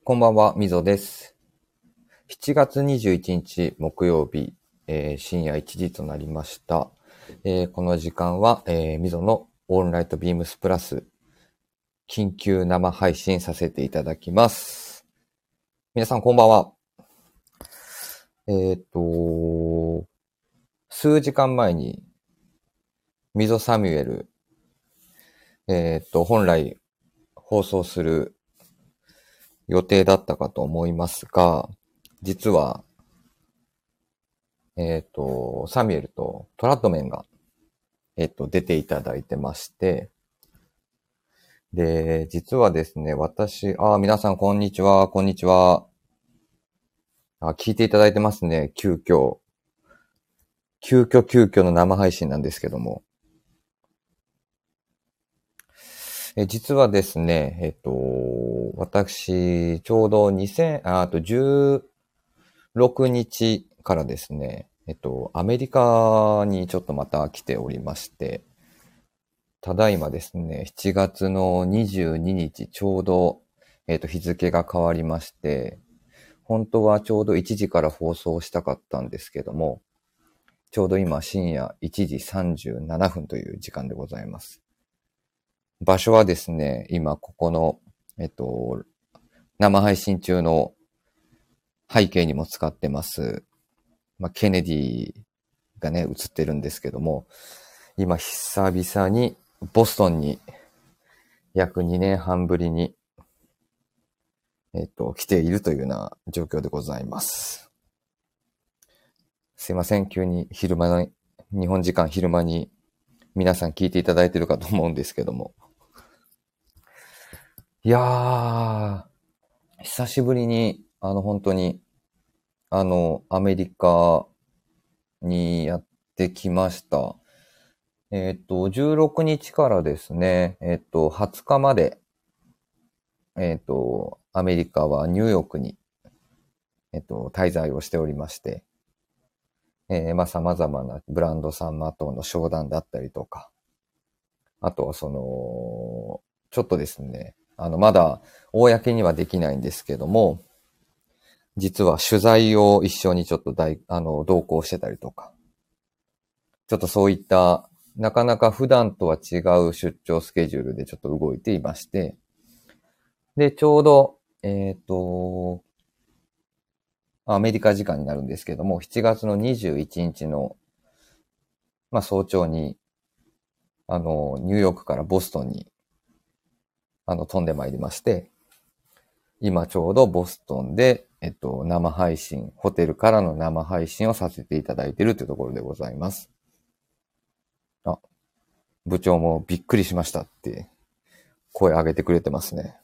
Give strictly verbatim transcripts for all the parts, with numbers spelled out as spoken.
こんばんは、みぞです。しちがつにじゅういちにち木曜日、えー、深夜いちじとなりました。えー、この時間は、えー、みぞのオールナイトビームスプラス緊急生配信させていただきます。皆さんこんばんは。えっと、数時間前にみぞサミュエル、えっと、本来放送する予定だったかと思いますが、実は、えっと、サミュエルとトラッドメンが、えっと、出ていただいてまして、で、実はですね、私、あ、皆さんこんにちは、こんにちは。あ、聞いていただいてますね、急遽。急遽急遽の生配信なんですけども。え、実はですね、えっと、私、ちょうどにせん、あ、あとじゅうろくにちからですね、えっと、アメリカにちょっとまた来ておりまして、ただいまですね、しちがつのにじゅうににちちょうど、えっと、日付が変わりまして、本当はちょうどいちじから放送したかったんですけども、ちょうど今深夜いちじさんじゅうななふんという時間でございます。場所はですね、今ここの、えっと、生配信中の背景にも使ってます、まあ、ケネディがね、映ってるんですけども、今久々にボストンに約にねんはんぶりに、えっと、来ているというような状況でございます。すいません、急に昼間の、日本時間昼間に皆さん聞いていただいてるかと思うんですけども。いやー、久しぶりに、あの本当に、あの、アメリカにやってきました。えっと、じゅうろくにちからですね、えっと、はつかまで、えっと、アメリカはニューヨークに、えっと、滞在をしておりまして、えー、まあ、様々なブランド様との商談だったりとか、あとはその、ちょっとですね、あの、まだ公にはできないんですけども、実は取材を一緒にちょっと大、あの、同行してたりとか、ちょっとそういった、なかなか普段とは違う出張スケジュールでちょっと動いていまして、で、ちょうど、えっと、アメリカ時間になるんですけども、しちがつのにじゅういちにちの、まあ、早朝に、あの、ニューヨークからボストンに、あの、飛んでまいりまして、今ちょうどボストンで、えっと、生配信、ホテルからの生配信をさせていただいているというところでございます。あ、部長もびっくりしましたって声上げてくれてますね。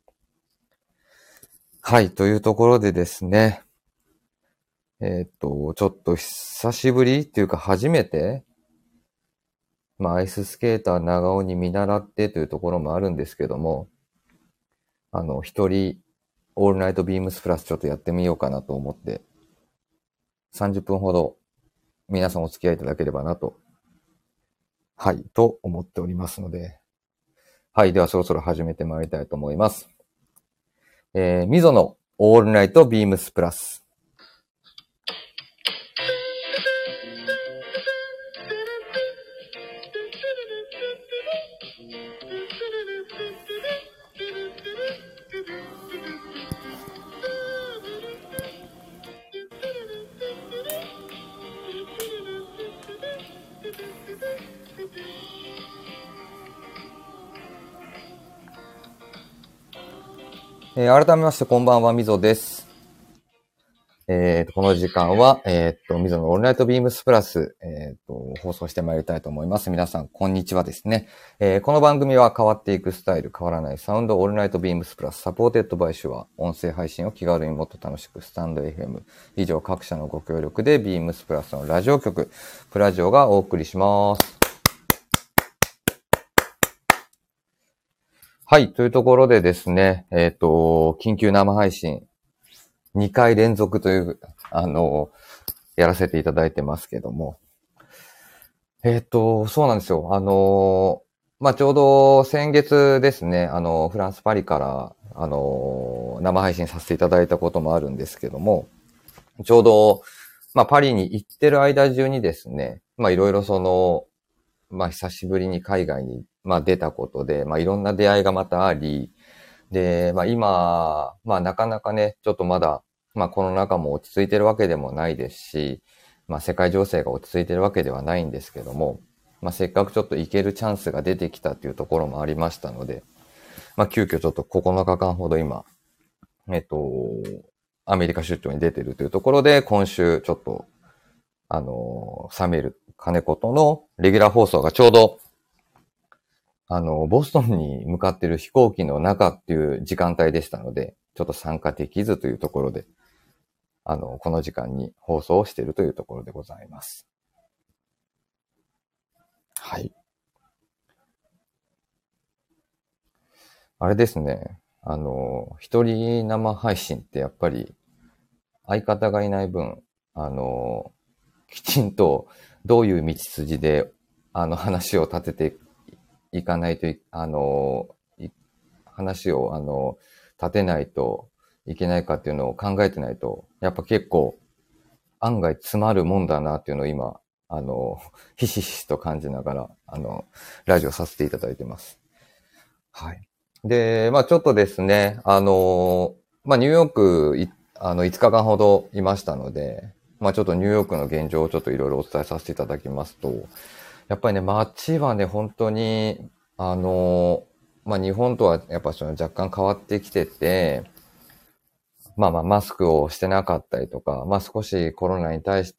はい、というところでですね、えっと、ちょっと久しぶりっていうか初めて、まあ、アイススケーター長尾に見習ってというところもあるんですけども、あの、一人、オールナイトビームスプラスちょっとやってみようかなと思って、さんじゅっぷんほど皆さんお付き合いいただければなと、はい、と思っておりますので、はい、ではそろそろ始めてまいりたいと思います。えー、みぞのオールナイトビームスプラス。えー、改めましてこんばんは、みぞです。えー、この時間は、えー、っと、みぞのオールナイトビームスプラス、えー、っと、放送してまいりたいと思います。皆さん、こんにちはですね。えー、この番組は変わっていくスタイル、変わらないサウンド、オールナイトビームスプラス、サポーテッドバイシュア、音声配信を気軽にもっと楽しく、スタンド エフエム、以上各社のご協力で、ビームスプラスのラジオ局、プラジオがお送りします。はい、というところでですね、えっと、緊急生配信、にかい連続という、あの、やらせていただいてますけども。えっと、そうなんですよ。あの、まあ、ちょうど先月ですね、あの、フランス・パリから、 あのー、生配信させていただいたこともあるんですけども、ちょうど、まあ、パリに行ってる間中にですね、まあ、いろいろその、まあ、久しぶりに海外に、まあ、出たことで、まあ、いろんな出会いがまたあり、で、まあ、今、まあ、なかなかね、ちょっとまだ、まあ、コロナ禍も落ち着いてるわけでもないですし、まあ、世界情勢が落ち着いてるわけではないんですけども、まあ、せっかくちょっと行けるチャンスが出てきたっていうところもありましたので、まあ、急遽ちょっとここのかかんほど今、えっと、アメリカ出張に出てるというところで、今週ちょっと、あの、サミュエル金子とのレギュラー放送がちょうど、あの、ボストンに向かってる飛行機の中っていう時間帯でしたので、ちょっと参加できずというところで、あの、この時間に放送をしているというところでございます。はい。あれですね。あの、一人生配信ってやっぱり相方がいない分、あの、きちんとどういう道筋で、あの、話を立てていかないとい、あの、い話を、あの、立てないといけないかっていうのを考えてないと、やっぱ結構案外詰まるもんだなっていうのを今、あの、ひしひしと感じながら、あの、ラジオさせていただいてます。はい。で、まあちょっとですね、あの、まあニューヨークい、あの、いつかかんほどいましたので、まあちょっとニューヨークの現状をちょっといろいろお伝えさせていただきますと、やっぱりね、街はね、本当に、あの、まあ日本とはやっぱその若干変わってきてて、まあまあマスクをしてなかったりとか、まあ少しコロナに対して、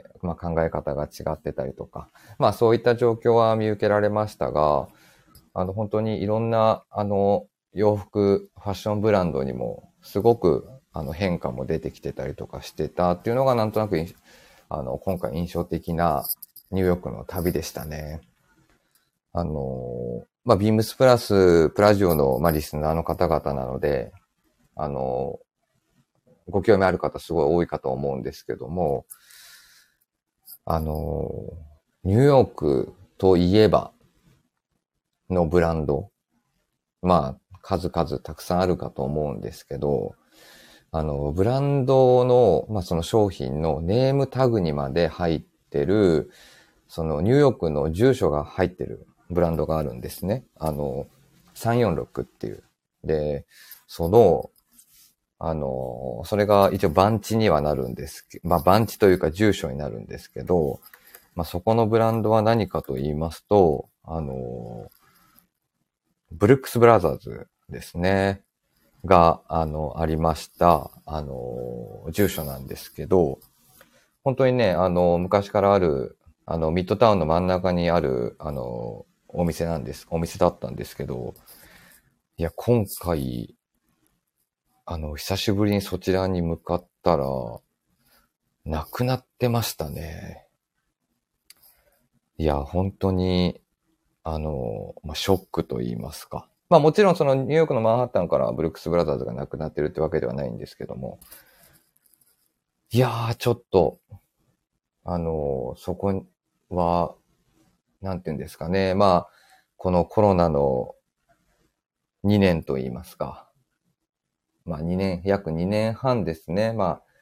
まあ考え方が違ってたりとか、まあそういった状況は見受けられましたが、あの、本当にいろんな、あの、洋服、ファッションブランドにも、すごく、あの、変化も出てきてたりとかしてたっていうのが、なんとなく、あの、今回印象的なニューヨークの旅でしたね。あの、まあ、ビームスプラス、プラジオの、まあ、リスナーの方々なので、あの、ご興味ある方すごい多いかと思うんですけども、あの、ニューヨークといえばのブランド、まあ、数々たくさんあるかと思うんですけど、あの、ブランドの、まあ、その商品のネームタグにまで入ってる、そのニューヨークの住所が入ってるブランドがあるんですね。あの、さんよんろくっていう。で、その、あの、それが一応番地にはなるんですけど、まあ番地というか住所になるんですけど、まあそこのブランドは何かと言いますと、あの、ブルックスブラザーズですね。が、あの、ありました、あの、住所なんですけど、本当にね、あの、昔からある、あの、ミッドタウンの真ん中にある、あの、お店なんです、お店だったんですけど、いや、今回、あの、久しぶりにそちらに向かったら、なくなってましたね。いや、本当に、あの、まあ、ショックと言いますか。まあもちろんそのニューヨークのマンハッタンからブルックスブラザーズがなくなってるってわけではないんですけども、いやー、ちょっと、あの、そこは、なんていうんですかね。まあ、このコロナのにねんと言いますか。まあにねん、約にねんはんですね。まあ、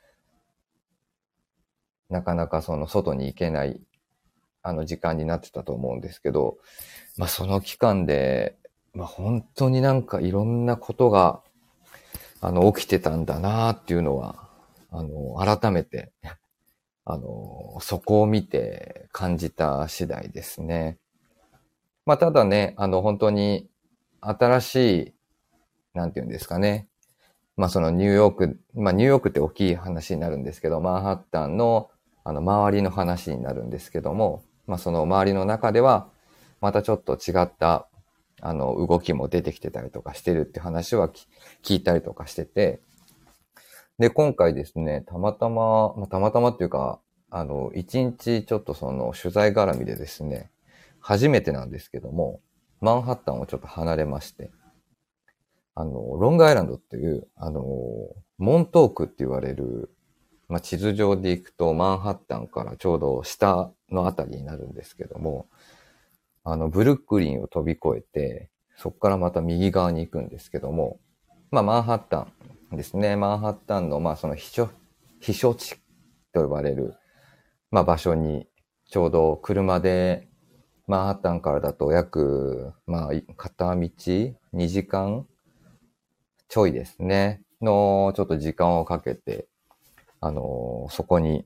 なかなかその外に行けない、あの時間になってたと思うんですけど、まあその期間で、まあ本当になんかいろんなことが、あの、起きてたんだなっていうのは、あの、改めて、あの、そこを見て感じた次第ですね。まあ、ただね、あの、本当に新しい、なんていうんですかね。まあ、そのニューヨーク、まあ、ニューヨークって大きい話になるんですけど、マンハッタンの、あの、周りの話になるんですけども、まあ、その周りの中では、またちょっと違った、あの、動きも出てきてたりとかしてるって話は聞いたりとかしてて、で、今回ですね、たまたま、まあ、たまたまっていうか、あの、一日ちょっとその取材絡みでですね、初めてなんですけども、マンハッタンをちょっと離れまして、あの、ロングアイランドっていう、あの、モントークって言われる、まあ、地図上で行くとマンハッタンからちょうど下のあたりになるんですけども、あの、ブルックリンを飛び越えて、そこからまた右側に行くんですけども、 まあ、マンハッタンですね。マンハッタンの、まあ、その避暑、避暑地と呼ばれる、まあ、場所に、ちょうど車で、マンハッタンからだと約、まあ、片道にじかんちょいですね。の、ちょっと時間をかけて、あの、そこに、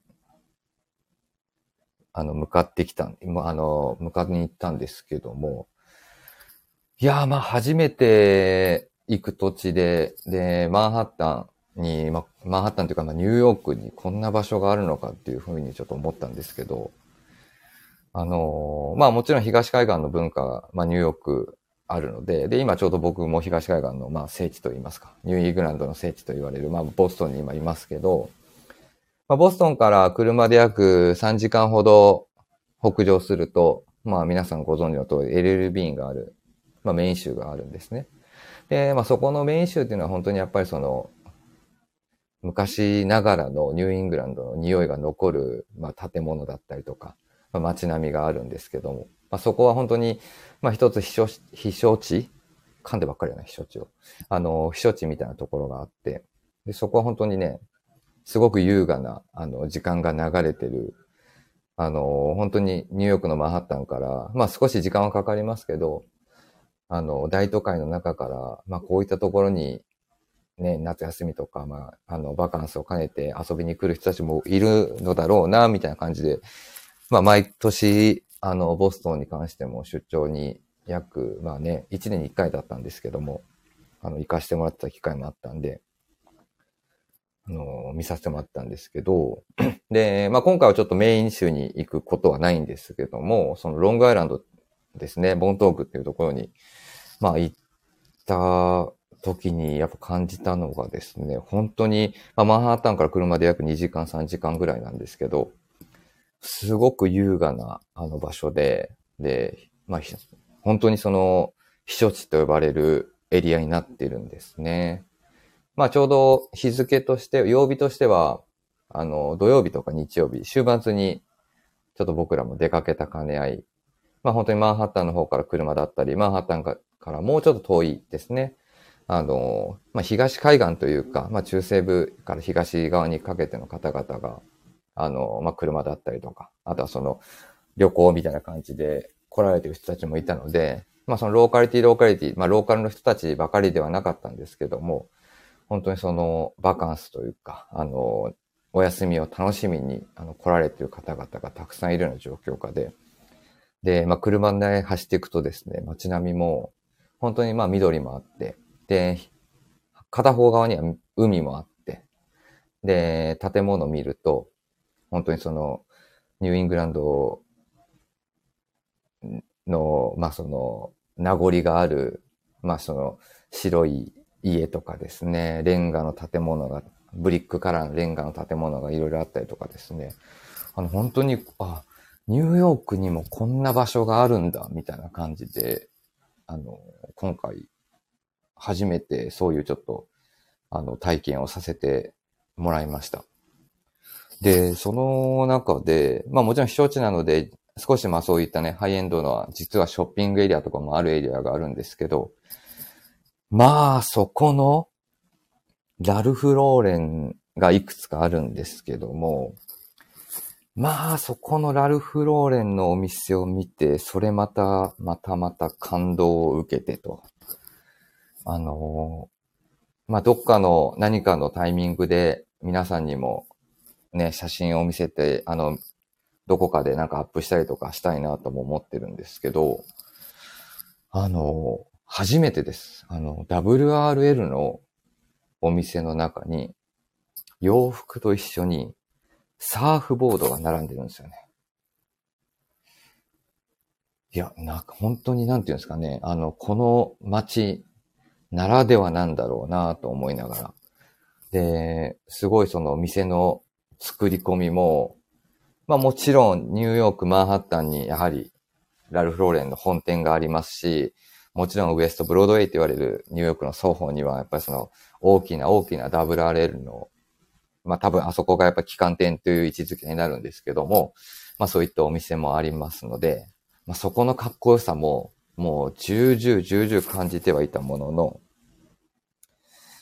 あの、向かってきた、今、あの、向かいに行ったんですけども、いやー、まあ、初めて行く土地で、で、マンハッタンに、まあ、マンハッタンというか、まあ、ニューヨークにこんな場所があるのかっていうふうにちょっと思ったんですけど、あのーまあ、もちろん東海岸の文化が、まあ、ニューヨークあるので、で、今ちょうど僕も東海岸の、まあ、聖地といいますか、ニューイングランドの聖地と言われる、まあ、ボストンに今いますけど、まあ、ボストンから車で約さんじかんほど北上すると、まあ、皆さんご存知の通り、エルエルビー がある、まあ、メイン州があるんですね。で、まあ、そこのメイン州っていうのは本当にやっぱりその、昔ながらのニューイングランドの匂いが残る、まあ、建物だったりとか、まあ、街並みがあるんですけども、まあ、そこは本当に、まあ、一つ避暑避暑地噛んでばっかりやな、避暑地を。あの、避暑地みたいなところがあって、で、そこは本当にね、すごく優雅な、あの、時間が流れてる、あの、本当にニューヨークのマンハッタンから、まあ少し時間はかかりますけど、あの、大都会の中から、まあこういったところに、ね、夏休みとか、まあ、あの、バカンスを兼ねて遊びに来る人たちもいるのだろうな、みたいな感じで、まあ毎年、あの、ボストンに関しても出張に約、まあね、いちねんにいっかいだったんですけども、あの、行かしてもらった機会もあったんで、あの、見させてもらったんですけど、で、まあ今回はちょっとメイン州に行くことはないんですけども、そのロングアイランドですね、ボントークっていうところに、まあ行った時にやっぱ感じたのがですね、本当に、まあマンハッタンから車で約にじかん、さんじかんぐらいなんですけど、すごく優雅なあの場所で、で、まあ本当にその避暑地と呼ばれるエリアになってるんですね。まあちょうど日付として、曜日としては、あの、土曜日とか日曜日、週末にちょっと僕らも出かけた兼ね合い、まあ本当にマンハッタンの方から車だったり、マンハッタンからもうちょっと遠いですね。あの、まあ東海岸というか、まあ中西部から東側にかけての方々が、あの、まあ車だったりとか、あとはその旅行みたいな感じで来られてる人たちもいたので、まあそのローカリティローカリティ、まあローカルの人たちばかりではなかったんですけども、本当にそのバカンスというか、あの、お休みを楽しみにあの来られている方々がたくさんいるような状況下で、で、まあ車で走っていくとですね、街並みも本当にまあ緑もあって、で、片方側には海もあって、で、建物を見ると、本当にそのニューイングランドの、まあその名残がある、まあその白い家とかですね、レンガの建物が、ブリックカラーのレンガの建物がいろいろあったりとかですね。あの、本当に、あ、ニューヨークにもこんな場所があるんだ、みたいな感じで、あの、今回、初めてそういうちょっと、あの、体験をさせてもらいました。で、その中で、まあもちろん避暑地なので、少しまあそういったね、ハイエンドの、実はショッピングエリアとかもあるエリアがあるんですけど、まあそこの、ラルフ・ローレンがいくつかあるんですけども、まあそこのラルフ・ローレンのお店を見て、それまた、またまた感動を受けてと。あの、まあどっかの何かのタイミングで皆さんにもね、写真を見せて、あの、どこかでなんかアップしたりとかしたいなとも思ってるんですけど、あの、初めてです。あの、ダブリューアールエル のお店の中に、洋服と一緒にサーフボードが並んでるんですよね。いや、なんか本当になんていうんですかね、あの、この街ならではなんだろうなと思いながら。で、すごいその店の作り込みも、まあもちろんニューヨーク、マンハッタンにやはりラルフ・ローレンの本店がありますし、もちろんウエストブロードウェイと言われるニューヨークの双方にはやっぱりその大きな大きな ダブリューアールエル の、まあ多分あそこがやっぱ旗艦店という位置づけになるんですけども、まあそういったお店もありますので、まあそこのかっこよさももう重々重々感じてはいたものの、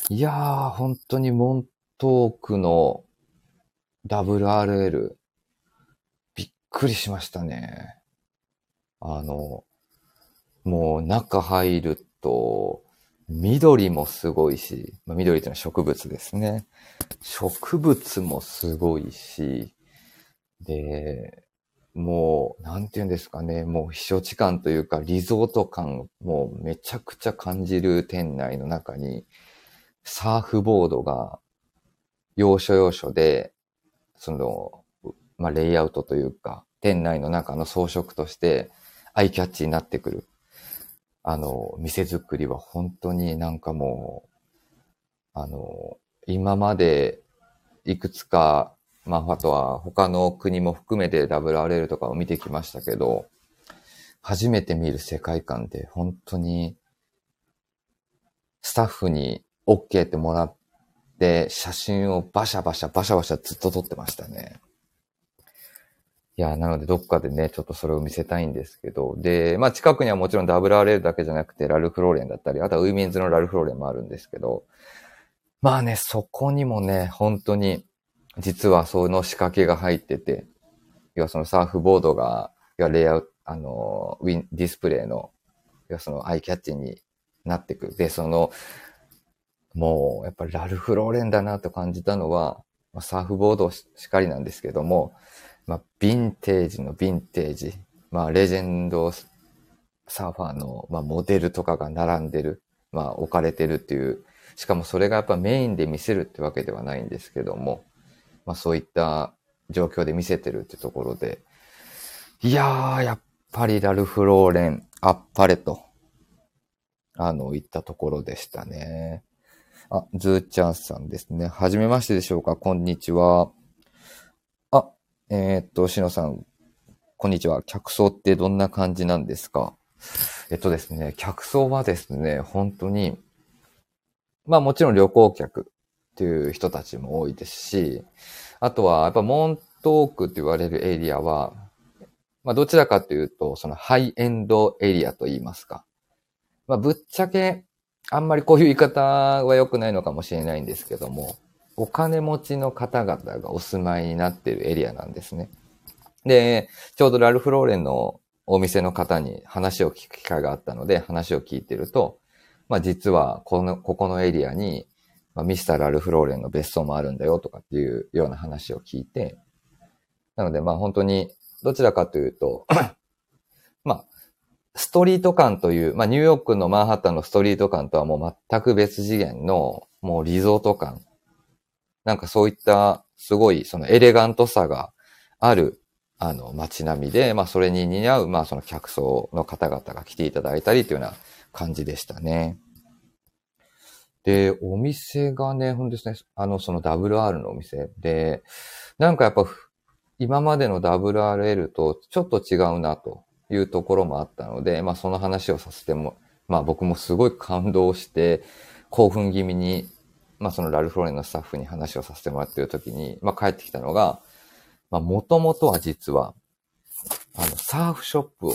いやー、本当にモントークの ダブリューアールエル、びっくりしましたね。あの、もう中入ると、緑もすごいし、まあ、緑っていうのは植物ですね。植物もすごいし、で、もう、なんて言うんですかね、もう避暑地感というか、リゾート感もめちゃくちゃ感じる店内の中に、サーフボードが要所要所で、その、まあ、レイアウトというか、店内の中の装飾としてアイキャッチになってくる。あの、店作りは本当になんかもう、あの、今までいくつか、まあ、あとは他の国も含めて ダブリューアールエル とかを見てきましたけど、初めて見る世界観で本当にスタッフに OK ってもらって写真をバシャバシャバシャバシャずっと撮ってましたね。いや、なのでどっかでね、ちょっとそれを見せたいんですけど、で、まあ近くにはもちろん ダブリューアールエル だけじゃなくてラルフローレンだったり、あとはウィメンズのラルフローレンもあるんですけど、まあね、そこにもね、本当に実はその仕掛けが入ってて、要はそのサーフボードが、要はレイアウト、あの、ウィン、ディスプレイの、要はそのアイキャッチになってくる。で、その、もう、やっぱりラルフ・ローレンだなと感じたのは、まあ、サーフボードしかりなんですけども、まあ、ヴィンテージのヴィンテージ、まあ、レジェンドサーファーの、まあ、モデルとかが並んでる、まあ、置かれてるっていう、しかもそれがやっぱメインで見せるってわけではないんですけども、まあ、そういった状況で見せてるってところで、いやー、やっぱりラルフ・ローレン、あっぱれと、あの、言ったところでしたね。あ、ズーチャンさんですね。はじめましてでしょうか。こんにちは。あ、えーっと、しのさん、こんにちは。客層ってどんな感じなんですか？えっとですね、客層はですね、本当に、まあもちろん旅行客っていう人たちも多いですし、あとはやっぱモントークって言われるエリアは、まあどちらかというと、そのハイエンドエリアと言いますか。まあぶっちゃけ、あんまりこういう言い方は良くないのかもしれないんですけども、お金持ちの方々がお住まいになっているエリアなんですね。で、ちょうどラルフ・ローレンのお店の方に話を聞く機会があったので、話を聞いてると、まあ実はこの、ここのエリアに、まあ、ミスター・ラルフ・ローレンの別荘もあるんだよとかっていうような話を聞いて、なのでまあ本当にどちらかというと、まあ、ストリート感という、まあニューヨークのマンハッタンのストリート感とはもう全く別次元の、もうリゾート感。なんかそういったすごいそのエレガントさがあるあの街並みで、まあそれに似合う、まあその客層の方々が来ていただいたりというような感じでしたね。で、お店がね、ほんですね、あのその ダブリューアール のお店で、なんかやっぱ今までの ダブリューアールエル とちょっと違うなというところもあったので、まあその話をさせても、まあ僕もすごい感動して興奮気味に、まあそのラルフローレンのスタッフに話をさせてもらっている時に、まあ帰ってきたのが、まあもともとは実は、あのサーフショップを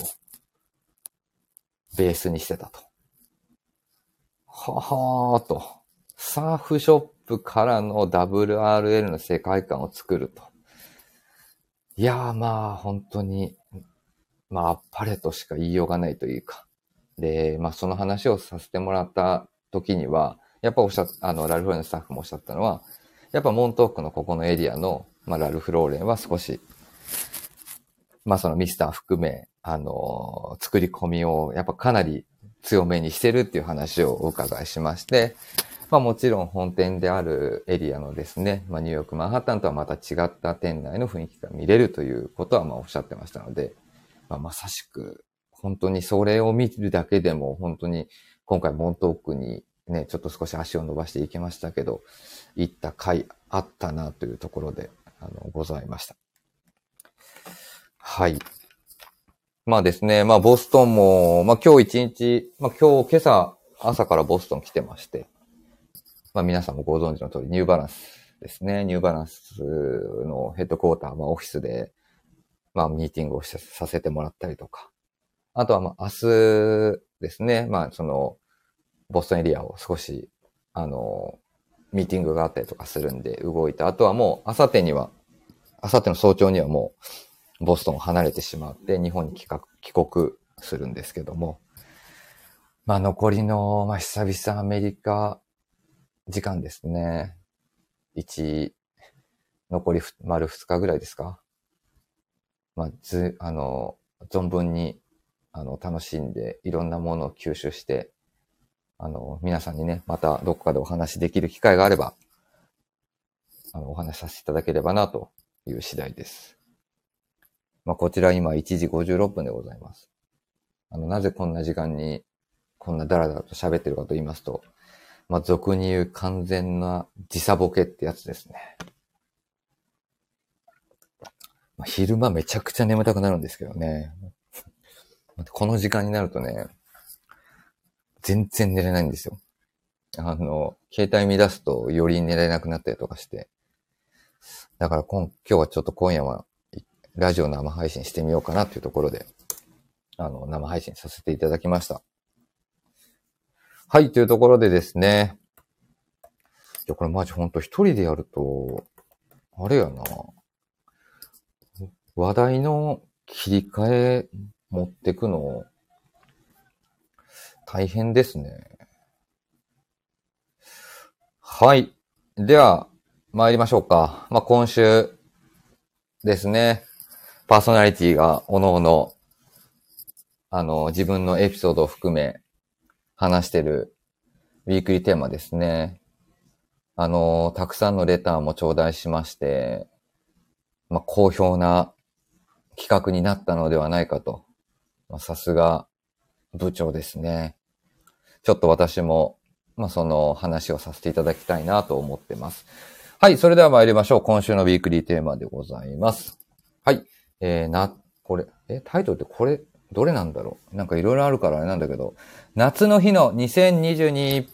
ベースにしてたと。ははーと。サーフショップからの ダブリューアールエル の世界観を作ると。いやーまあ本当に、まああっぱれとしか言いようがないというか。で、まあその話をさせてもらった時には、やっぱおっしゃっあの、ラルフローレンのスタッフもおっしゃったのは、やっぱモントークのここのエリアの、まあラルフローレンは少し、まあそのミスター含め、あの、作り込みをやっぱかなり強めにしてるっていう話をお伺いしまして、まあもちろん本店であるエリアのですね、まあニューヨークマンハッタンとはまた違った店内の雰囲気が見れるということはまあおっしゃってましたので、まあ、まさしく本当にそれを見るだけでも本当に今回モントークにね、ちょっと少し足を伸ばしていきましたけど、行った回あったなというところで、あの、ございました。はい。まあですね、まあボストンも、まあ今日一日、まあ今日今朝朝からボストン来てまして、まあ皆さんもご存知の通りニューバランスですね。ニューバランスのヘッドクォーター、まあオフィスで、まあミーティングをさせてもらったりとか、あとはまあ明日ですね、まあそのボストンエリアを少し、あの、 ミーティングがあったりとかするんで動いた。あとはもう、あさってには、あさっての早朝にはもう、ボストンを離れてしまって、日本に帰国帰国するんですけども、まあ残りの、まあ久々アメリカ時間ですね。一、残りふ丸二日ぐらいですか。まあず、あの、存分に、あの、楽しんで、いろんなものを吸収して、あの、皆さんにね、またどこかでお話しできる機会があれば、あの、お話しさせていただければな、という次第です。まあ、こちら今いちじごじゅうろっぷんでございます。あの、なぜこんな時間に、こんなダラダラと喋ってるかと言いますと、まあ、俗に言う完全な時差ボケってやつですね。まあ、昼間めちゃくちゃ眠たくなるんですけどね。この時間になるとね、全然寝れないんですよ。あの、携帯乱すとより寝れなくなったりとかして。だから今、今日はちょっと今夜はラジオ生配信してみようかなというところで、あの、生配信させていただきました。はい、というところでですね。いや、これマジほんと一人でやると、あれやな。話題の切り替え持ってくの、大変ですね。はい。では、参りましょうか。まあ、今週ですね。パーソナリティがおのおの、あの、自分のエピソードを含め話してるウィークリーテーマですね。あの、たくさんのレターも頂戴しまして、まあ、好評な企画になったのではないかと。まあ、さすが部長ですね。ちょっと私も、まあ、その話をさせていただきたいなと思ってます。はい、それでは参りましょう。今週のウィークリーテーマでございます。はい。えー、な、これ、え、タイトルってこれ、どれなんだろう？なんかいろいろあるからあれなんだけど、夏の日のにせんにじゅうに。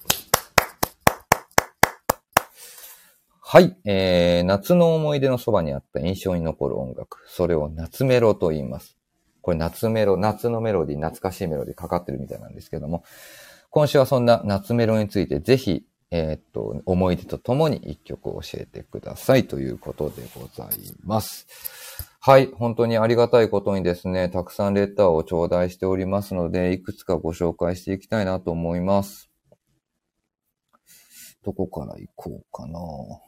はい。えー、夏の思い出のそばにあった印象に残る音楽。それを夏メロと言います。これ夏メロ、夏のメロディ、懐かしいメロディかかってるみたいなんですけども、今週はそんな夏メロについてぜひ、えー、っと、思い出とともに一曲教えてくださいということでございます。はい。本当にありがたいことにですね、たくさんレターを頂戴しておりますので、いくつかご紹介していきたいなと思います。どこから行こうかな。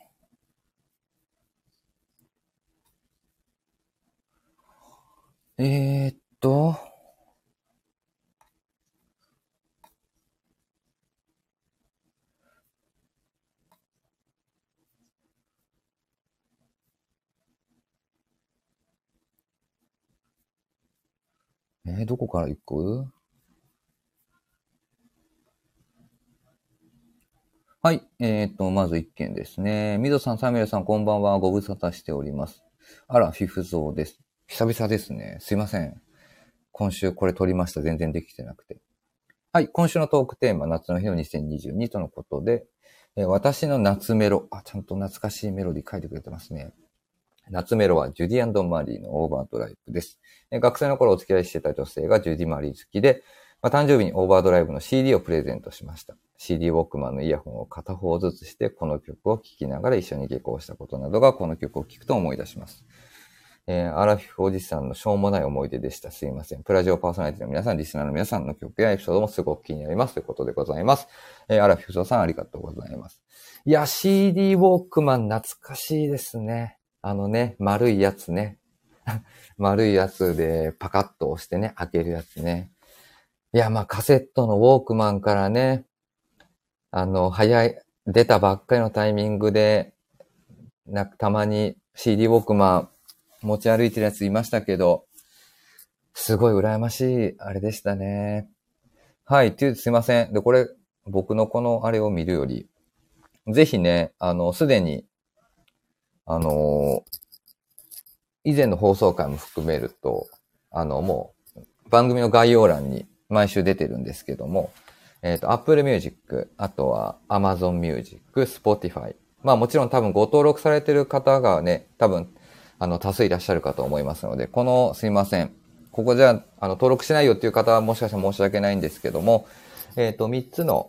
えー、っと、えー、どこから行く？はい。えー、っと、まず一件ですね。みどさん、サミュエルさん、こんばんは。ご無沙汰しております。あら、フィフゾーです。久々ですね。すいません。今週これ撮りました。全然できてなくて。はい。今週のトークテーマ、夏の日のにせんにじゅうにとのことで、えー私の夏メロ。あ、ちゃんと懐かしいメロディ書いてくれてますね。夏メロはジュディ&マリーのオーバードライブです。えー学生の頃お付き合いしてた女性がジュディ・マリー好きで、まあ、誕生日にオーバードライブの シーディー をプレゼントしました。シーディー ウォークマンのイヤホンを片方ずつしてこの曲を聴きながら一緒に下校したことなどがこの曲を聴くと思い出します。えー、アラフィフおじさんのしょうもない思い出でした。すいません。プラジオパーソナリティの皆さん、リスナーの皆さんの曲やエピソードもすごく気になりますということでございます。えー、アラフィフさんありがとうございます。いや、シーディー ウォークマン懐かしいですね。あのね、丸いやつね。丸いやつでパカッと押してね、開けるやつね。いや、まあカセットのウォークマンからね、あの、早い、出たばっかりのタイミングで、なたまに シーディー ウォークマン持ち歩いてるやついましたけど、すごい羨ましい、あれでしたね。はい、っていうすいません。で、これ、僕のこのあれを見るより、ぜひね、あの、すでに、あの、以前の放送回も含めると、あの、もう、番組の概要欄に毎週出てるんですけども、えっと、Apple Music、あとは Amazon Music、Spotify。まあもちろん多分ご登録されてる方がね、多分、あの、多数いらっしゃるかと思いますので、この、すいません。ここじゃ、あの、登録しないよっていう方はもしかしたら申し訳ないんですけども、えっと、みっつの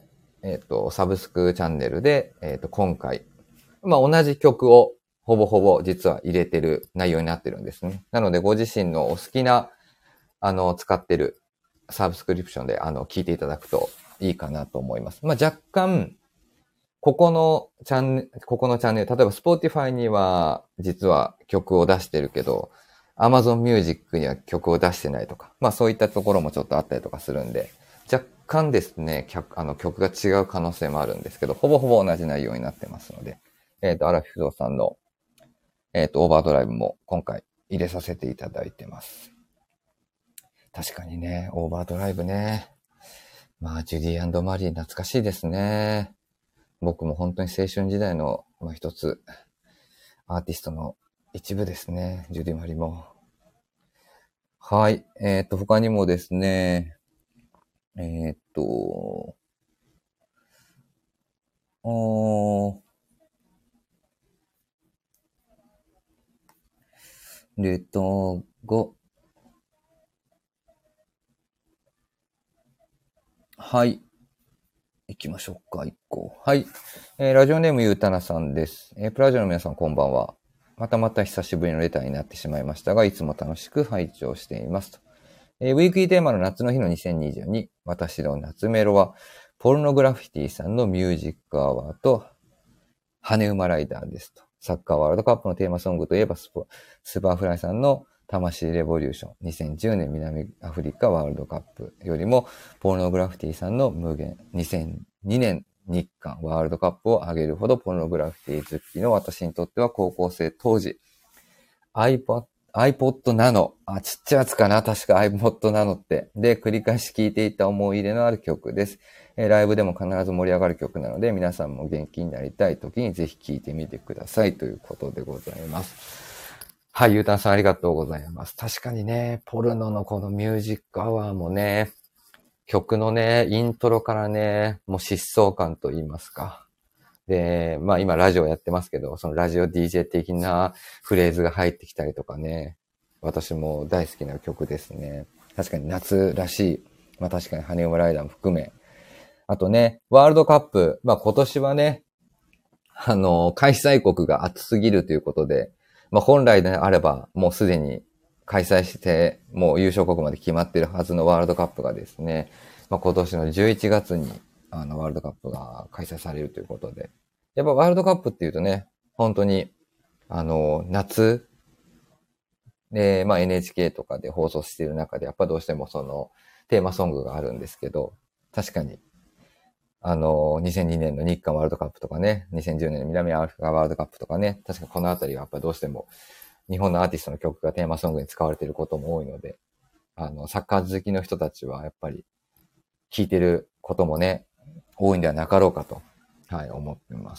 えっと、サブスクチャンネルで、えっと、今回、まあ、同じ曲をほぼほぼ実は入れてる内容になってるんですね。なので、ご自身のお好きな、あの、使ってるサブスクリプションで、あの、聞いていただくといいかなと思います。まあ、若干、ここのチャンネル、ここのチャンネル、例えば Spotify には実は曲を出してるけど、Amazon Music には曲を出してないとか、まあそういったところもちょっとあったりとかするんで、若干ですね、曲あの曲が違う可能性もあるんですけど、ほぼほぼ同じ内容になってますので、えっ、と、アラフィフゾウさんの、えっ、と、オーバードライブも今回入れさせていただいてます。確かにね、オーバードライブね。まあ、ジュディ&マリー懐かしいですね。僕も本当に青春時代の、まあ、一つ、アーティストの一部ですね。ジュディ・マリも。はい。えっ、と、他にもですね、えっ、と、おー、レターが、はい。行きましょうか、一個。はい。えーラジオネームゆうたなさんです。えープラジオの皆さんこんばんは。またまた久しぶりのレターになってしまいましたが、いつも楽しく拝聴していますと。えーウィークリーテーマの夏の日のにせんにじゅうに、私の夏メロは、ポルノグラフィティさんのミュージックアワーと、羽馬ライダーですと。サッカーワールドカップのテーマソングといえばスポ、スーパーフライさんの魂レボリューション。にせんじゅうねん南アフリカワールドカップよりも、ポルノグラフィティさんの無限。にせんにねん日韓ワールドカップを上げるほどポルノグラフィティ好きの私にとっては高校生当時、iPod、iPod Nano。あ、ちっちゃいやつかな確か iPod Nano って。で、繰り返し聴いていた思い入れのある曲です。えーライブでも必ず盛り上がる曲なので、皆さんも元気になりたい時にぜひ聴いてみてくださいということでございます。はい、ゆうたんさんありがとうございます。確かにね、ポルノのこのミュージックアワーもね、曲のね、イントロからね、もう疾走感と言いますか。で、まあ今ラジオやってますけど、そのラジオ ディージェー 的なフレーズが入ってきたりとかね、私も大好きな曲ですね。確かに夏らしい。まあ確かに羽生ライダーも含め。あとね、ワールドカップ。まあ今年はね、あの、開催国が暑すぎるということで、まあ本来であればもうすでに開催して、もう優勝国まで決まっているはずのワールドカップがですね、まあ今年のじゅういちがつにあのワールドカップが開催されるということで、やっぱワールドカップっていうとね、本当に、あの、夏で、まあ エヌエイチケー とかで放送している中で、やっぱどうしてもそのテーマソングがあるんですけど、確かにあの、にせんにねんの日韓ワールドカップとかね、にせんじゅうねんの南アフリカワールドカップとかね、確かこのあたりはやっぱどうしても日本のアーティストの曲がテーマソングに使われていることも多いので、あの、サッカー好きの人たちはやっぱり聴いてることもね、多いんではなかろうかと、はい、思ってます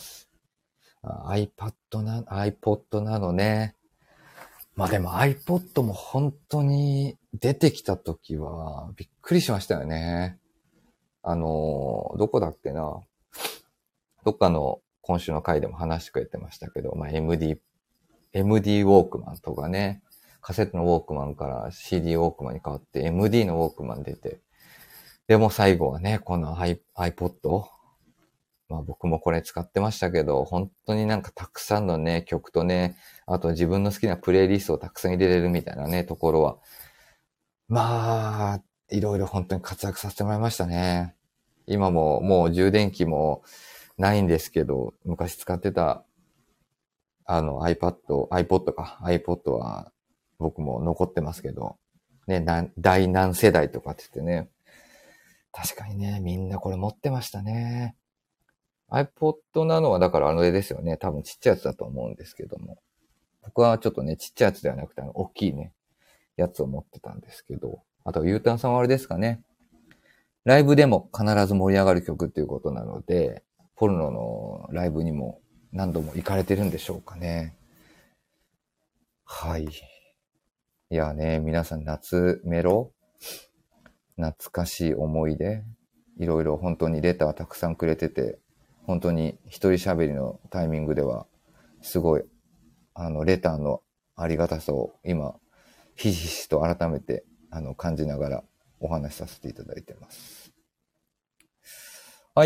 。iPad な、iPod なのね。まあでも iPod も本当に出てきた時はびっくりしましたよね。あの、どこだっけな。どっかの今週の回でも話してくれてましたけど、まあ エムディー、エムディー ウォークマンとかね、カセットのウォークマンから シーディー ウォークマンに変わって エムディー のウォークマン出て、でも最後はね、この iPod、まあ僕もこれ使ってましたけど、本当になんかたくさんのね、曲とね、あと自分の好きなプレイリストをたくさん入れれるみたいなね、ところは、まあ、いろいろ本当に活躍させてもらいましたね。今ももう充電器もないんですけど、昔使ってた、あの iPad、iPod か、iPod は僕も残ってますけど、ね、な第何世代とかって言ってね、確かにね、みんなこれ持ってましたね。iPod なのはだからあの絵ですよね。多分ちっちゃいやつだと思うんですけども。僕はちょっとね、ちっちゃいやつではなくて、あの、大きいね、やつを持ってたんですけど。あと、ゆうたんさんはあれですかね。ライブでも必ず盛り上がる曲っていうことなので、ポルノのライブにも何度も行かれてるんでしょうかね。はい。いやね、皆さん夏メロ懐かしい思い出いろいろ本当にレターたくさんくれてて、本当に一人喋りのタイミングでは、すごい、あの、レターのありがたさを今、ひしひしと改めて、あの、感じながらお話しさせていただいてます。はい。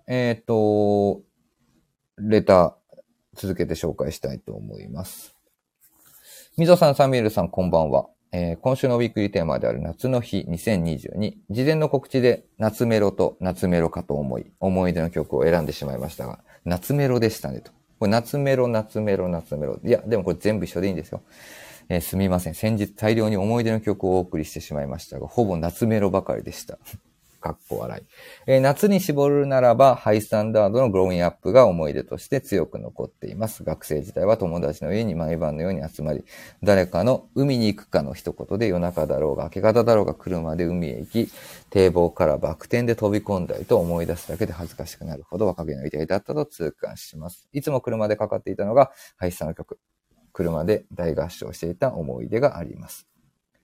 えっと、レター続けて紹介したいと思います。みぞさん、サミュエルさん、こんばんは。えー、今週のウィークリーテーマである夏の日にせんにじゅうに、事前の告知で夏メロと夏メロかと思い、思い出の曲を選んでしまいましたが、夏メロでしたねと。これ夏メロ、夏メロ、夏メロ。いや、でもこれ全部一緒でいいんですよ。えー、すみません。先日大量に思い出の曲をお送りしてしまいましたが、ほぼ夏メロばかりでした。かっこ笑い。えー、夏に絞るならば、ハイスタンダードのグローインアップが思い出として強く残っています。学生時代は友達の家に毎晩のように集まり、誰かの海に行くかの一言で夜中だろうが明け方だろうが車で海へ行き、堤防からバク転で飛び込んだりと思い出すだけで恥ずかしくなるほど若気の至りだったと痛感します。いつも車でかかっていたのがハイスタの曲。車で大合唱していた思い出があります。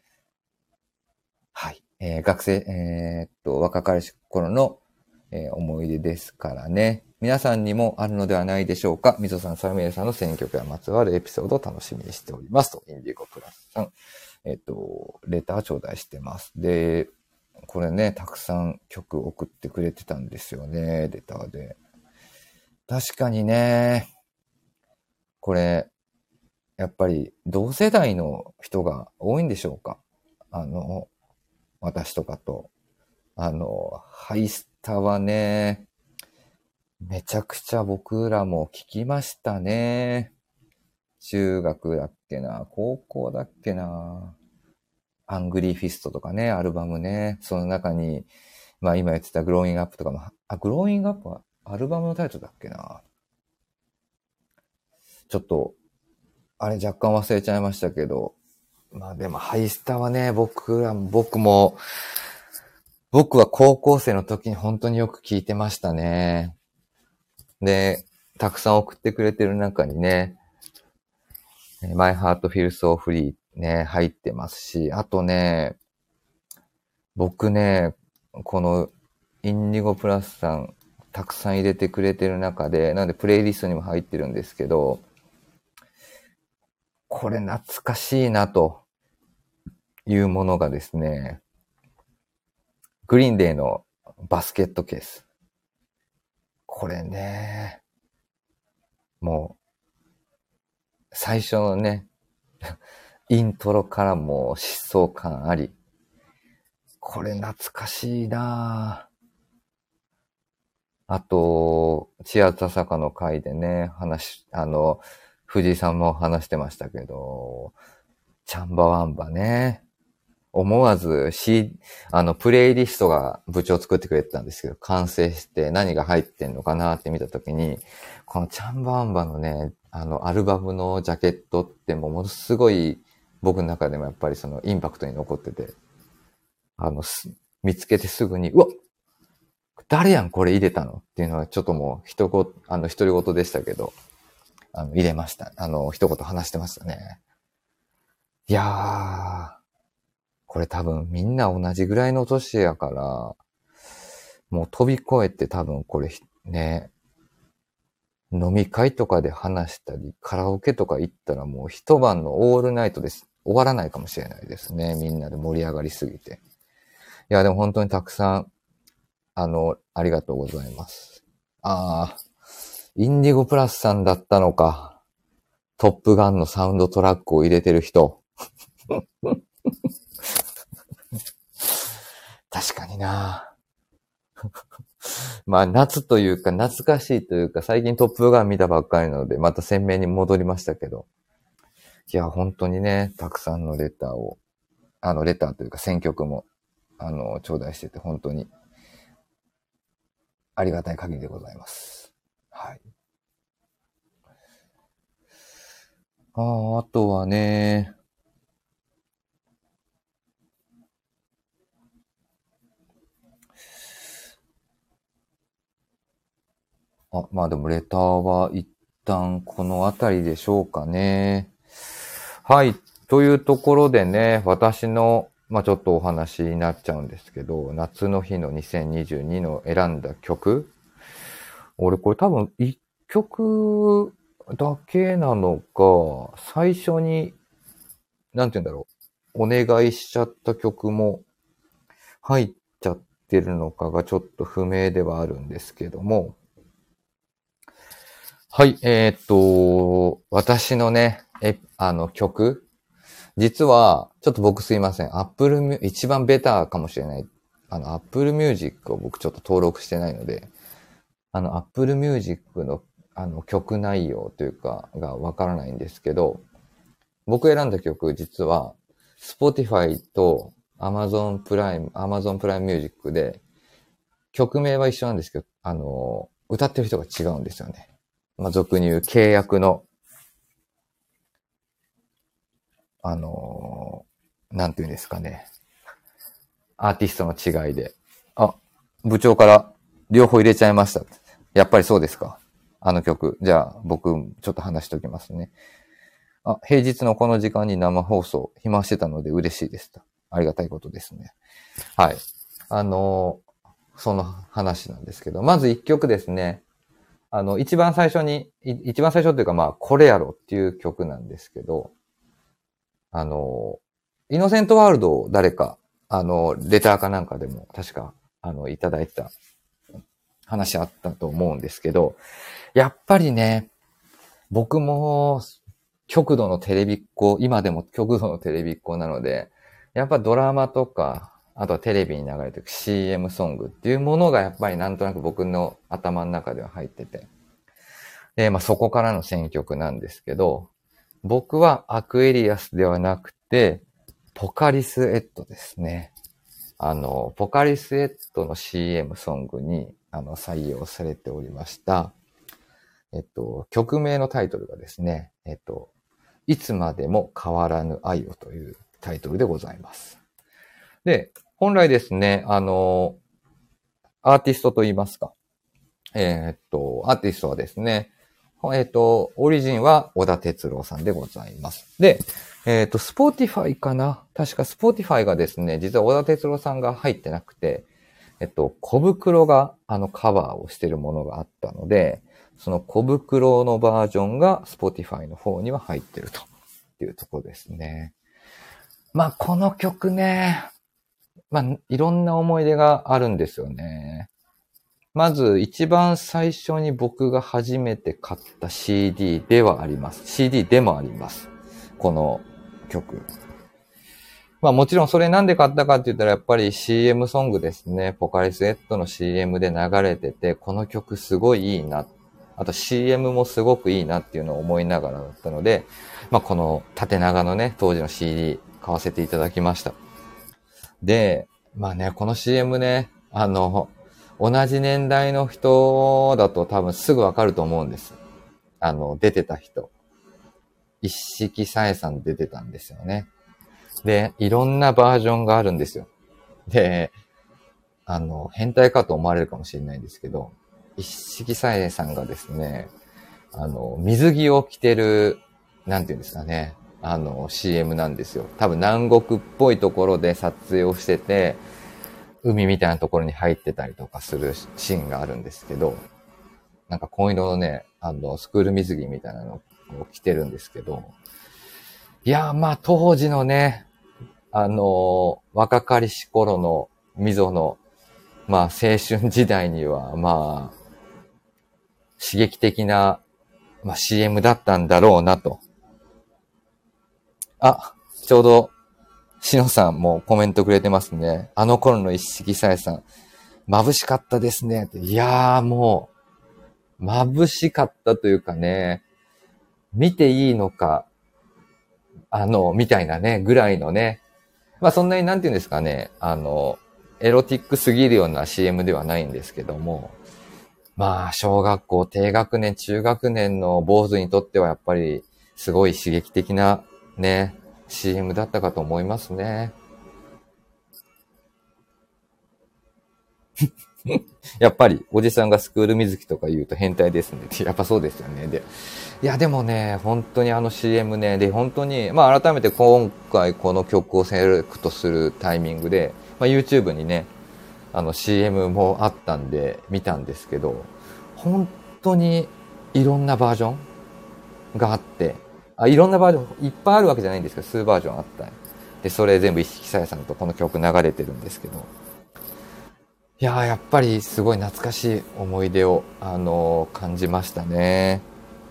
はい。えー、学生、えー、っと、若かりし頃の、えー、思い出ですからね。皆さんにもあるのではないでしょうか。みぞさん、サミエルさんの選曲やまつわるエピソードを楽しみにしております。と、インディゴプラスさん、えー、っと、レター頂戴してます。で、これね、たくさん曲送ってくれてたんですよね、レターで。確かにね、これ、やっぱり同世代の人が多いんでしょうか。あの、私とかと。あの、ハイスタはね、めちゃくちゃ僕らも聞きましたね。中学だっけな、高校だっけな。アングリーフィストとかね、アルバムね。その中に、まあ今言ってたグローイングアップとかも、あ、グローイングアップはアルバムのタイトルだっけな。ちょっと、あれ若干忘れちゃいましたけど、まあでもハイスタはね、僕らも、僕も、僕は高校生の時に本当によく聞いてましたね。で、たくさん送ってくれてる中にね、My Heart Feels So Free ね、入ってますし、あとね、僕ね、このインディゴプラスさん、たくさん入れてくれてる中で、なんでプレイリストにも入ってるんですけど、これ懐かしいなというものがですね、グリーンデーのバスケットケース。これね、もう、最初のね、イントロからもう疾走感あり、これ懐かしいなぁ。あと、千秋坂の回でね、話、あの、藤井さんも話してましたけど、チャンバワンバね。思わず C、あの、プレイリストが部長作ってくれてたんですけど、完成して何が入ってんのかなって見たときに、このチャンバワンバのね、あの、アルバムのジャケットってもうものすごい僕の中でもやっぱりそのインパクトに残ってて、あの、見つけてすぐに、うわ誰やんこれ入れたのっていうのはちょっともう一言、あの、独り言でしたけど、あの、入れました。あの、一言話してましたね。いやー、これ多分みんな同じぐらいの年やから、もう飛び越えて多分これね、飲み会とかで話したり、カラオケとか行ったらもう一晩のオールナイトです。終わらないかもしれないですね。みんなで盛り上がりすぎて。いや、でも本当にたくさん、あの、ありがとうございます。ああ、インディゴプラスさんだったのか。トップガンのサウンドトラックを入れてる人。確かになまあ夏というか懐かしいというか最近トップガン見たばっかりなのでまた鮮明に戻りましたけど。いや本当にね、たくさんのレターを、あのレターというか選曲もあの頂戴してて本当にありがたい限りでございます。はい。ああ、あとはね、あ、まあでもレターは一旦このあたりでしょうかね。はい。というところでね、私の、まあちょっとお話になっちゃうんですけど、夏の日のにせんにじゅうにの選んだ曲。俺これ多分一曲だけなのか、最初に、なんて言うんだろう。お願いしちゃった曲も入っちゃっってるのかがちょっと不明ではあるんですけども。はい、えー、っと、私のね、え、あの曲、実は、ちょっと僕すいません。Apple、一番ベターかもしれない。あの、Apple Music を僕ちょっと登録してないので、あの、Apple Music の、あの、曲内容というか、がわからないんですけど、僕選んだ曲、実は、Spotify と Amazon プライム、Amazon プライムミュージックで、曲名は一緒なんですけど、あの、歌ってる人が違うんですよね。まあ、俗に言う契約の、あの、なんていうんですかね。アーティストの違いで。あ、部長から両方入れちゃいました。やっぱりそうですか。あの曲。じゃあ、僕、ちょっと話しておきますね。あ、平日のこの時間に生放送、暇してたので嬉しいですと。ありがたいことですね。はい。あの、その話なんですけど、まず一曲ですね。あの、一番最初に、一番最初というかまあ、これやろっていう曲なんですけど、あの、イノセントワールドを誰か、あの、レターかなんかでも確か、あの、いただいた話あったと思うんですけど、やっぱりね、僕も極度のテレビっ子、今でも極度のテレビっ子なので、やっぱドラマとか、あとはテレビに流れてる シーエム ソングっていうものがやっぱりなんとなく僕の頭の中では入ってて。で、まあそこからの選曲なんですけど、僕はアクエリアスではなくて、ポカリスエットですね。あの、ポカリスエットの シーエム ソングにあの採用されておりました。えっと、曲名のタイトルがですね、えっと、いつまでも変わらぬ愛をというタイトルでございます。で、本来ですね、あの、アーティストと言いますか。えー、っと、アーティストはですね、えー、っと、オリジンは小田哲郎さんでございます。で、えー、っと、スポーティファイかな確かスポーティファイがですね、実は小田哲郎さんが入ってなくて、えっと、小袋があのカバーをしているものがあったので、その小袋のバージョンが Spotify の方には入ってるというところですね。まあ、この曲ね、まあ、いろんな思い出があるんですよね。まず、一番最初に僕が初めて買った シーディー ではあります。シーディー でもあります。この曲。まあもちろんそれなんで買ったかって言ったらやっぱり シーエム ソングですね。ポカリスエットの シーエム で流れてて、この曲すごいいいな。あと シーエム もすごくいいなっていうのを思いながらだったので、まあこの縦長のね、当時の シーディー 買わせていただきました。で、まあね、この シーエム ね、あの、同じ年代の人だと多分すぐわかると思うんです。あの、出てた人。一色さえさん出てたんですよね。で、いろんなバージョンがあるんですよ。で、あの、変態かと思われるかもしれないんですけど、一色さえさんがですね、あの、水着を着てる、なんていうんですかね、あの、シーエム なんですよ。多分南国っぽいところで撮影をしてて、海みたいなところに入ってたりとかするシーンがあるんですけど、なんか紺色のね、あの、スクール水着みたいなのを着てるんですけど、いやーまあ当時のね、あの、若かりし頃の溝の、まあ青春時代には、まあ、刺激的な、まあ シーエム だったんだろうなと。あ、ちょうど、しのさんもコメントくれてますね。あの頃の一色さえさん、眩しかったですね。いやーもう、眩しかったというかね、見ていいのか、あの、みたいなね、ぐらいのね、まあそんなになんて言うんですかね、あの、エロティックすぎるような シーエム ではないんですけども、まあ小学校低学年、中学年の坊主にとってはやっぱりすごい刺激的なね、シーエム だったかと思いますね。やっぱりおじさんがスクール水着とか言うと変態ですね。やっぱそうですよね。で、いやでもね、本当にあの シーエム ね、で本当に、まあ改めて今回この曲をセレクトするタイミングで、まあ、YouTube にね、あの シーエム もあったんで見たんですけど、本当にいろんなバージョンがあって、あ、いろんなバージョンいっぱいあるわけじゃないんですけど、数バージョンあった。で、それ全部一色さやさんとこの曲流れてるんですけど、 いやー、やっぱりすごい懐かしい思い出を、あのー感じましたね。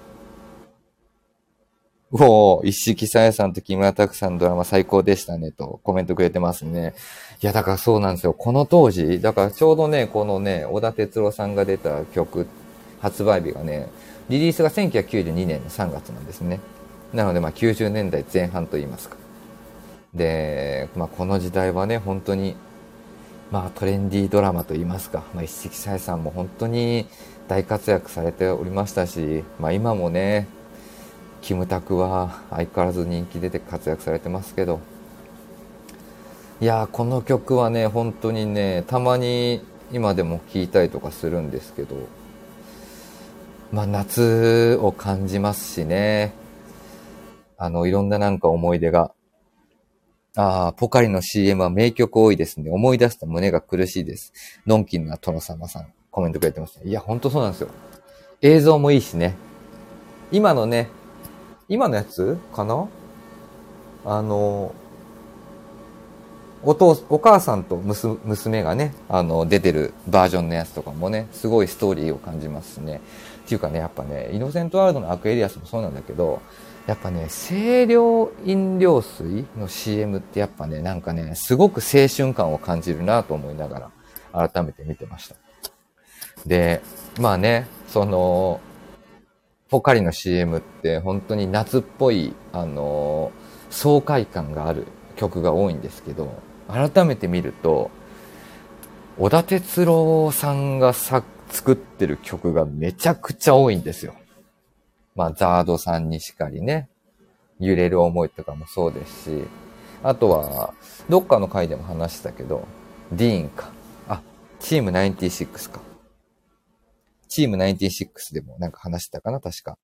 おー、一色さやさんと木村拓さんのドラマ最高でしたねとコメントくれてますね。いや、だからそうなんですよ。この当時、だからちょうどね、このね、小田哲郎さんが出た曲、発売日がね、リリースがせんきゅうひゃくきゅうじゅうにねんのさんがつなんですね。なので、まあきゅうじゅうねんだいぜん半と言いますか。で、まあこの時代はね、本当に、まあトレンディードラマと言いますか、まあ一色さやさんも本当に大活躍されておりましたし、まあ今もね、キムタクは相変わらず人気出て活躍されてますけど、いやー、この曲はね本当にね、たまに今でも聴いたりとかするんですけど、まあ夏を感じますしね、あのいろんななんか思い出が、ああ、ポカリの シーエム は名曲多いですね。思い出すと胸が苦しいです。のんきな殿様さん、コメントくれてますね。いや、ほんとそうなんですよ。映像もいいしね。今のね、今のやつかな、あの、お父、お母さんと娘娘がね、あの、出てるバージョンのやつとかもね、すごいストーリーを感じますね。っていうかね、やっぱね、イノセントワールドのアクエリアスもそうなんだけど、やっぱね、清涼飲料水の シーエム ってやっぱね、なんかね、すごく青春感を感じるなと思いながら、改めて見てました。で、まあね、その、ポカリの シーエム って本当に夏っぽい、あの、爽快感がある曲が多いんですけど、改めて見ると、小田哲郎さんがさ作ってる曲がめちゃくちゃ多いんですよ。まあ、ザードさんにしかりね、揺れる思いとかもそうですし、あとは、どっかの回でも話したけど、ディーンか。あ、チームナインティシックスか。チームナインティシックスでもなんか話したかな、確か。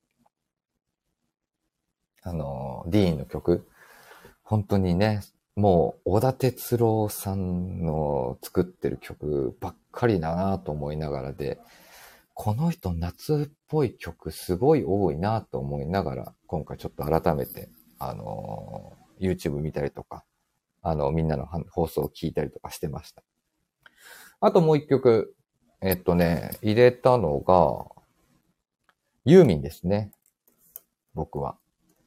あの、ディーンの曲。本当にね、もう、小田哲郎さんの作ってる曲ばっかりだなと思いながらで、この人夏っぽい曲すごい多いなと思いながら、今回ちょっと改めて、あの、YouTube 見たりとか、あの、みんなの放送を聞いたりとかしてました。あともう一曲、えっとね、入れたのが、ユーミンですね。僕は。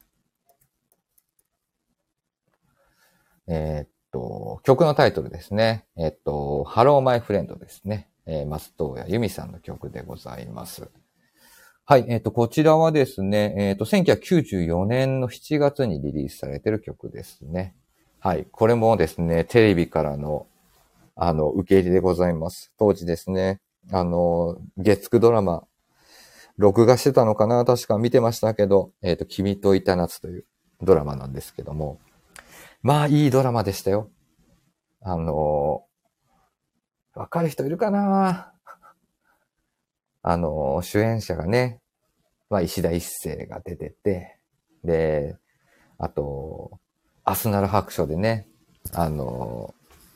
えーっと、曲のタイトルですね。えーっと、ハローマイフレンドですね。えー、松任谷由実さんの曲でございます。はい、えーっと、こちらはですね、えーっと、せんきゅうひゃくきゅうじゅうよねんのしちがつにリリースされている曲ですね。はい、これもですね、テレビからの、あの、受け入れでございます。当時ですね、あの、月くドラマ、録画してたのかな、確か見てましたけど、えーっと、君といた夏というドラマなんですけども、まあ、いいドラマでしたよ。あの、わかる人いるかな、あの、主演者がね、まあ、石田一生が出てて、で、あと、アスナル白書でね、あの、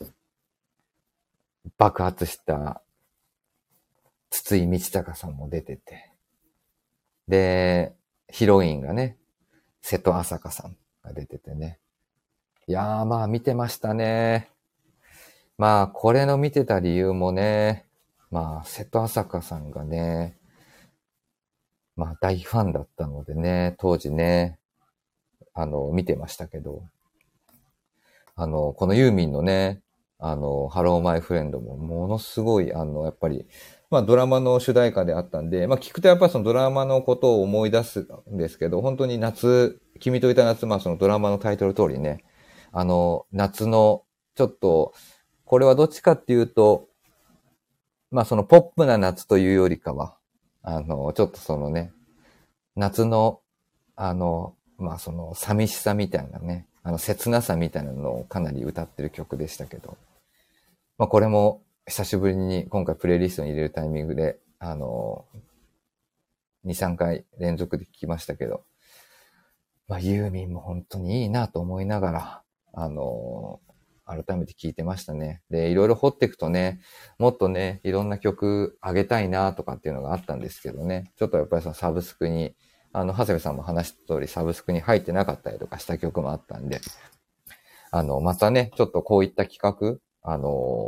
爆発した筒井道隆さんも出てて、で、ヒロインがね、瀬戸朝香さんが出ててね。いやー、まあ見てましたね。まあ、これの見てた理由もね、まあ、瀬戸朝香さんがね、まあ大ファンだったのでね、当時ね、あの、見てましたけど、あの、このユーミンのね、あの、ハローマイフレンドもものすごい、あの、やっぱり、まあドラマの主題歌であったんで、まあ聞くとやっぱりそのドラマのことを思い出すんですけど、本当に夏、君といた夏、まあそのドラマのタイトル通りね、あの、夏の、ちょっと、これはどっちかっていうと、まあそのポップな夏というよりかは、あの、ちょっとそのね、夏の、あの、まあその寂しさみたいなね、あの切なさみたいなのをかなり歌ってる曲でしたけど、まあこれも久しぶりに今回プレイリストに入れるタイミングで、あの、に、さんかい連続で聴きましたけど、まあユーミンも本当にいいなと思いながら、あの、改めて聴いてましたね。で、いろいろ掘っていくとね、もっとね、いろんな曲あげたいなとかっていうのがあったんですけどね、ちょっとやっぱりそのサブスクに、あの、長谷部さんも話した通りサブスクに入ってなかったりとかした曲もあったんで、あの、またね、ちょっとこういった企画、あの、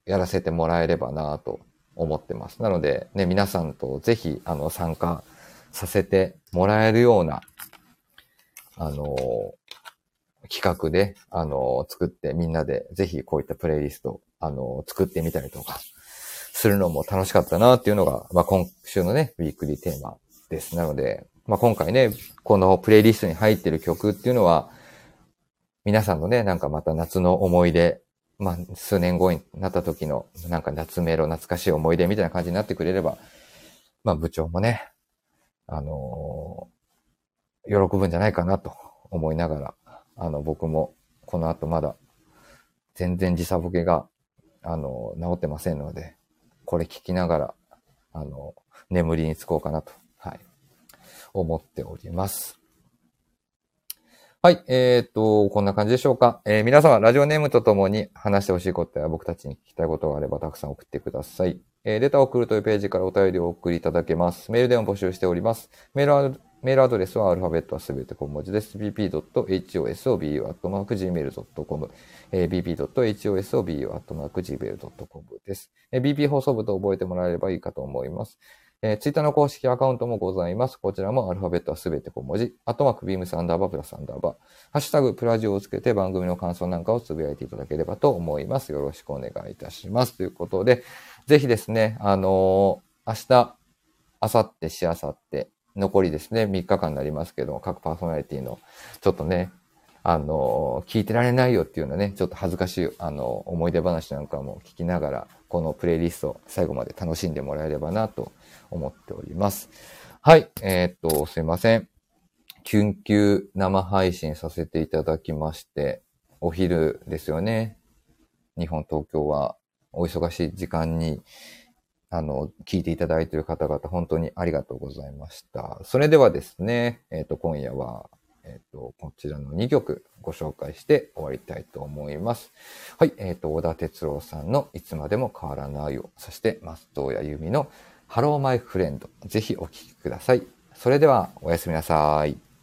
やらせてもらえればなと思ってます。なので、ね、皆さんとぜひ、あの、参加させてもらえるような、あの、企画で、あの、作ってみんなでぜひこういったプレイリスト、あの、作ってみたりとか、するのも楽しかったなっていうのが、まあ、今週のね、ウィークリーテーマです。なので、まあ、今回ね、このプレイリストに入ってる曲っていうのは、皆さんのね、なんかまた夏の思い出、まあ、数年後になった時の、なんか夏メロ懐かしい思い出みたいな感じになってくれれば、まあ、部長もね、あのー、喜ぶんじゃないかなと思いながら、あの、僕もこの後まだ全然時差ボケが、あの、治ってませんので、これ聞きながら、あの、眠りにつこうかなと、はい、思っております。はい、えー、っと、こんな感じでしょうか。えー、皆様、ラジオネームとともに話してほしいことや僕たちに聞きたいことがあればたくさん送ってください。えー、レターを送るというページからお便りをお送りいただけます。メールでも募集しております。メールはメールアドレスはアルファベットはすべて小文字です。ビーピードットホソブ アットマークジーメールドットコム、えー、ビーピードットホソブ アットマークジーメールドットコム です。えー、ビーピー 放送部と覚えてもらえればいいかと思います。えー、ツイッターの公式アカウントもございます。こちらもアルファベットはすべて小文字。アットマークビームスアンダーバープラスアンダーバー。ハッシュタグプラジオをつけて番組の感想なんかをつぶやいていただければと思います。よろしくお願いいたします。ということで、ぜひですね、あのー、明日、明後日、しあさって、残りですね、みっかかんになりますけど、各パーソナリティの、ちょっとね、あのー、聞いてられないよっていうのね、ちょっと恥ずかしい、あのー、思い出話なんかも聞きながら、このプレイリスト、最後まで楽しんでもらえればなと思っております。はい、えー、っと、すいません。緊急生配信させていただきまして、お昼ですよね。日本、東京はお忙しい時間に、あの、聞いていただいている方々、本当にありがとうございました。それではですね、えっと、今夜は、えっと、こちらのにきょくご紹介して終わりたいと思います。はい、えっと、小田哲郎さんのいつまでも変わらないよ。そして、松任谷由実のハローマイフレンド。ぜひお聴きください。それでは、おやすみなさい。